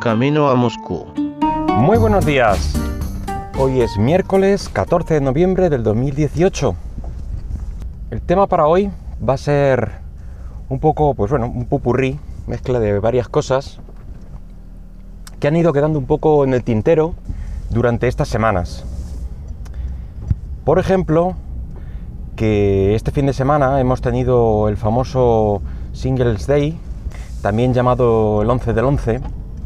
camino a Moscú. Muy buenos días. Hoy es miércoles 14 de noviembre del 2018. El tema para hoy va a ser un poco, un popurrí, mezcla de varias cosas que han ido quedando un poco en el tintero durante estas semanas. Por ejemplo, que este fin de semana hemos tenido el famoso Singles Day, también llamado el 11 del 11,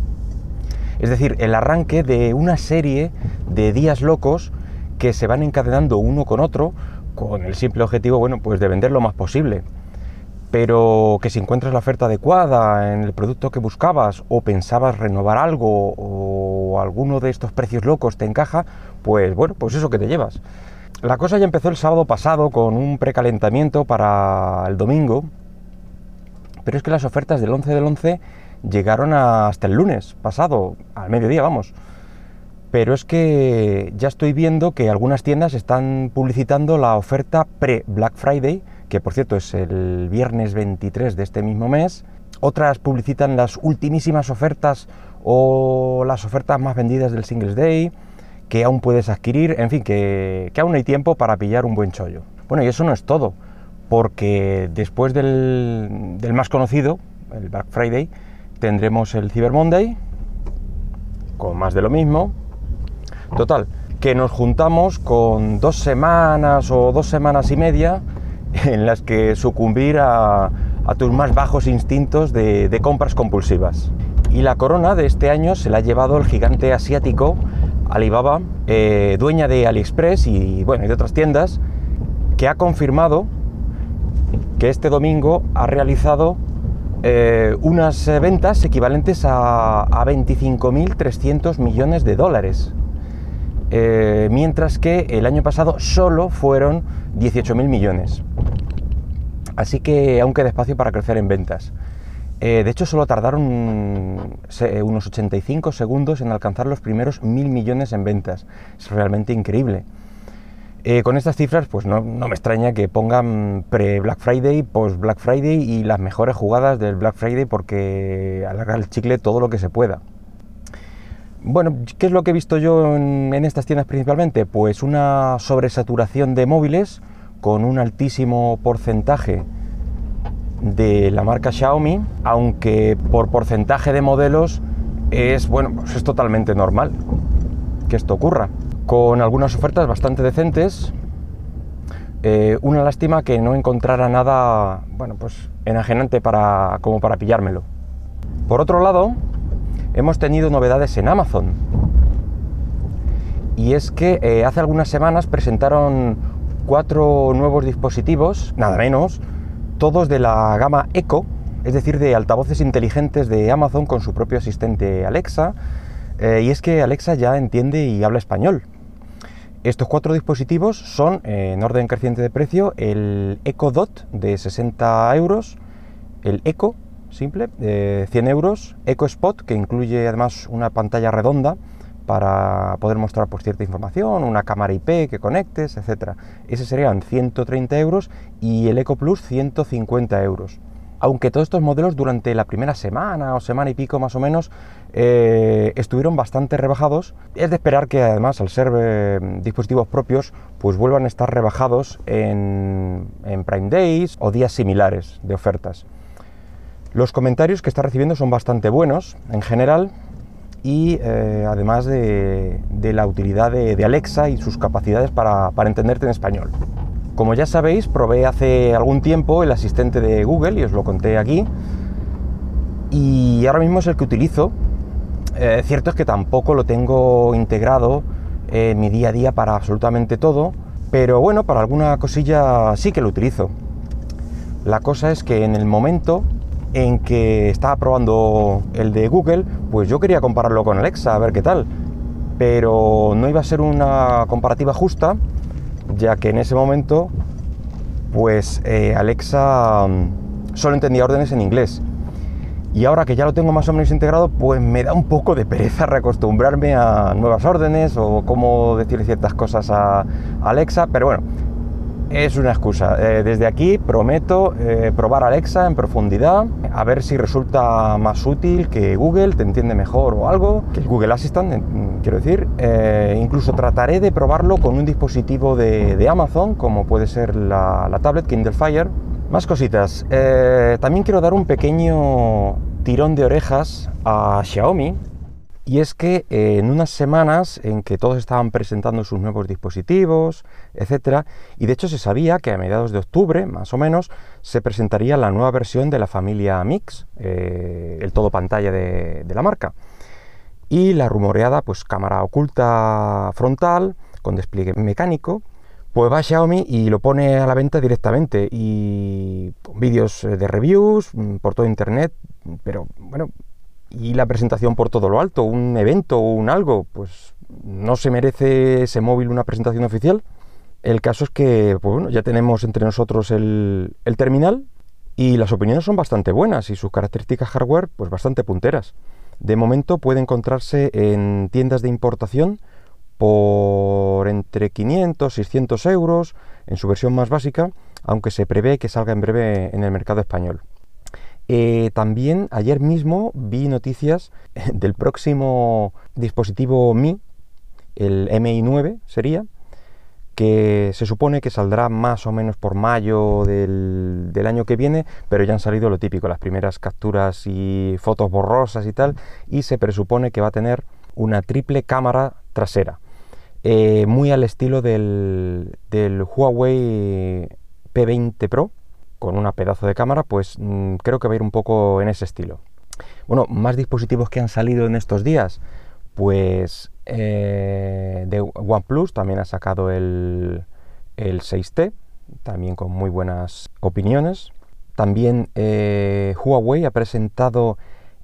es decir, el arranque de una serie de días locos que se van encadenando uno con otro con el simple objetivo, de vender lo más posible. Pero que si encuentras la oferta adecuada en el producto que buscabas o pensabas renovar algo o alguno de estos precios locos te encaja, pues eso que te llevas. La cosa ya empezó el sábado pasado con un precalentamiento para el domingo, pero es que las ofertas del 11 del 11 llegaron hasta el lunes pasado, al mediodía, vamos. Pero es que ya estoy viendo que algunas tiendas están publicitando la oferta pre-Black Friday, que por cierto es el viernes 23 de este mismo mes. Otras publicitan las ultimísimas ofertas o las ofertas más vendidas del Singles Day, que aún puedes adquirir, en fin, que aún hay tiempo para pillar un buen chollo. Bueno, y eso no es todo, porque después del más conocido, el Black Friday, tendremos el Cyber Monday, con más de lo mismo. Total, que nos juntamos con 2 semanas o 2 semanas y media en las que sucumbir a tus más bajos instintos de compras compulsivas. Y la corona de este año se la ha llevado el gigante asiático Alibaba, dueña de AliExpress y de otras tiendas, que ha confirmado que este domingo ha realizado unas ventas equivalentes a 25.300 millones de dólares, mientras que el año pasado solo fueron 18.000 millones. Así que aún queda espacio para crecer en ventas. De hecho, solo tardaron unos 85 segundos en alcanzar los primeros 1.000 millones en ventas. Es realmente increíble. Con estas cifras, pues no me extraña que pongan pre-Black Friday, post-Black Friday y las mejores jugadas del Black Friday, porque alargar el chicle todo lo que se pueda. Bueno, ¿qué es lo que he visto yo en estas tiendas principalmente? Pues una sobresaturación de móviles con un altísimo porcentaje de la marca Xiaomi, aunque por porcentaje de modelos es totalmente normal que esto ocurra, con algunas ofertas bastante decentes. Una lástima que no encontrara nada enajenante como para pillármelo. Por otro lado, hemos tenido novedades en Amazon, y es que hace algunas semanas presentaron 4 nuevos dispositivos, nada menos, todos de la gama Echo, es decir, de altavoces inteligentes de Amazon con su propio asistente Alexa, y es que Alexa ya entiende y habla español. Estos 4 dispositivos son, en orden creciente de precio, el Echo Dot de 60 euros, el Echo simple de 100 euros, Echo Spot, que incluye además una pantalla redonda para poder mostrar cierta información, una cámara IP que conectes, etc. Ese serían 130 euros y el Echo Plus 150 euros. Aunque todos estos modelos durante la primera semana o semana y pico más o menos estuvieron bastante rebajados, es de esperar que además al ser dispositivos propios pues vuelvan a estar rebajados en Prime Days o días similares de ofertas. Los comentarios que está recibiendo son bastante buenos en general, y además de la utilidad de Alexa y sus capacidades para entenderte en español. Como ya sabéis, probé hace algún tiempo el asistente de Google y os lo conté aquí, y ahora mismo es el que utilizo. Cierto es que tampoco lo tengo integrado en mi día a día para absolutamente todo, pero para alguna cosilla sí que lo utilizo. La cosa es que en el momento en que estaba probando el de Google, pues yo quería compararlo con Alexa, a ver qué tal, pero no iba a ser una comparativa justa, ya que en ese momento Alexa solo entendía órdenes en inglés, y ahora que ya lo tengo más o menos integrado, pues me da un poco de pereza reacostumbrarme a nuevas órdenes o cómo decirle ciertas cosas a Alexa, pero es una excusa. Desde aquí prometo probar Alexa en profundidad, a ver si resulta más útil que Google, te entiende mejor o algo, que el Google Assistant, quiero decir. Incluso trataré de probarlo con un dispositivo de Amazon, como puede ser la tablet Kindle Fire. Más cositas. También quiero dar un pequeño tirón de orejas a Xiaomi. Y es que en unas semanas en que todos estaban presentando sus nuevos dispositivos, etcétera, y de hecho se sabía que a mediados de octubre, más o menos, se presentaría la nueva versión de la familia Mix, el todo pantalla de la marca. Y la rumoreada, pues cámara oculta frontal, con despliegue mecánico, pues va Xiaomi y lo pone a la venta directamente, y vídeos de reviews por todo internet, pero bueno, y la presentación por todo lo alto, un evento o un algo, pues no se merece ese móvil una presentación oficial. El caso es que, pues bueno, ya tenemos entre nosotros el terminal y las opiniones son bastante buenas y sus características hardware pues bastante punteras. De momento puede encontrarse en tiendas de importación por entre 500 y 600 euros en su versión más básica, aunque se prevé que salga en breve en el mercado español. También ayer mismo vi noticias del próximo dispositivo Mi, el MI 9 sería, que se supone que saldrá más o menos por mayo del año que viene, pero ya han salido lo típico, las primeras capturas y fotos borrosas y tal, y se presupone que va a tener una triple cámara trasera, muy al estilo del Huawei P20 Pro, con una pedazo de cámara, pues creo que va a ir un poco en ese estilo. Bueno, más dispositivos que han salido en estos días, pues de OnePlus también ha sacado el 6T, también con muy buenas opiniones. También Huawei ha presentado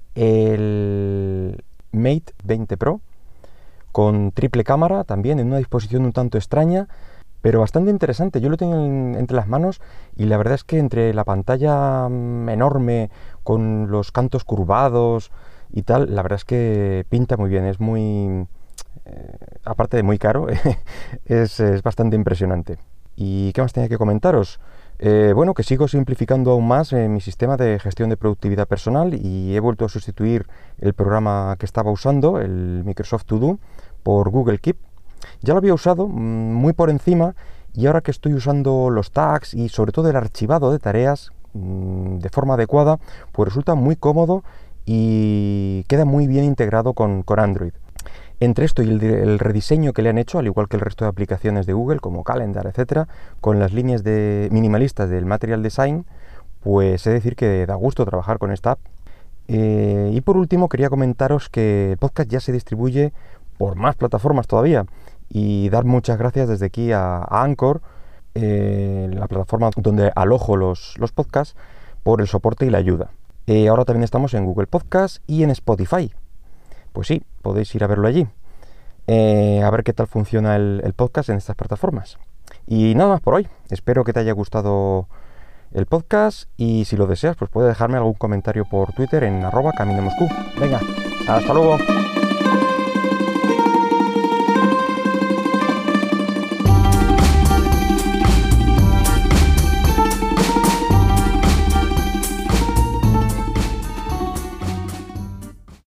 el Mate 20 Pro con triple cámara, también en una disposición un tanto extraña, pero bastante interesante. Yo lo tengo entre las manos y la verdad es que entre la pantalla enorme con los cantos curvados y tal, la verdad es que pinta muy bien, es muy... aparte de muy caro, es bastante impresionante. ¿Y qué más tenía que comentaros? Bueno, que sigo simplificando aún más mi sistema de gestión de productividad personal y he vuelto a sustituir el programa que estaba usando, el Microsoft To Do, por Google Keep. Ya lo había usado muy por encima y ahora que estoy usando los tags y sobre todo el archivado de tareas de forma adecuada, pues resulta muy cómodo y queda muy bien integrado con Android. Entre esto y el rediseño que le han hecho, al igual que el resto de aplicaciones de Google, como Calendar, etcétera, con las líneas minimalistas del Material Design, pues he de decir que da gusto trabajar con esta app. Y por último, quería comentaros que el podcast ya se distribuye por más plataformas todavía, y dar muchas gracias desde aquí a Anchor, la plataforma donde alojo los podcasts, por el soporte y la ayuda. Ahora también estamos en Google Podcast y en Spotify. Pues sí, podéis ir a verlo allí. A ver qué tal funciona el podcast en estas plataformas. Y nada más por hoy. Espero que te haya gustado el podcast y si lo deseas, pues puedes dejarme algún comentario por Twitter en @CaminoMoscú. Venga, hasta luego.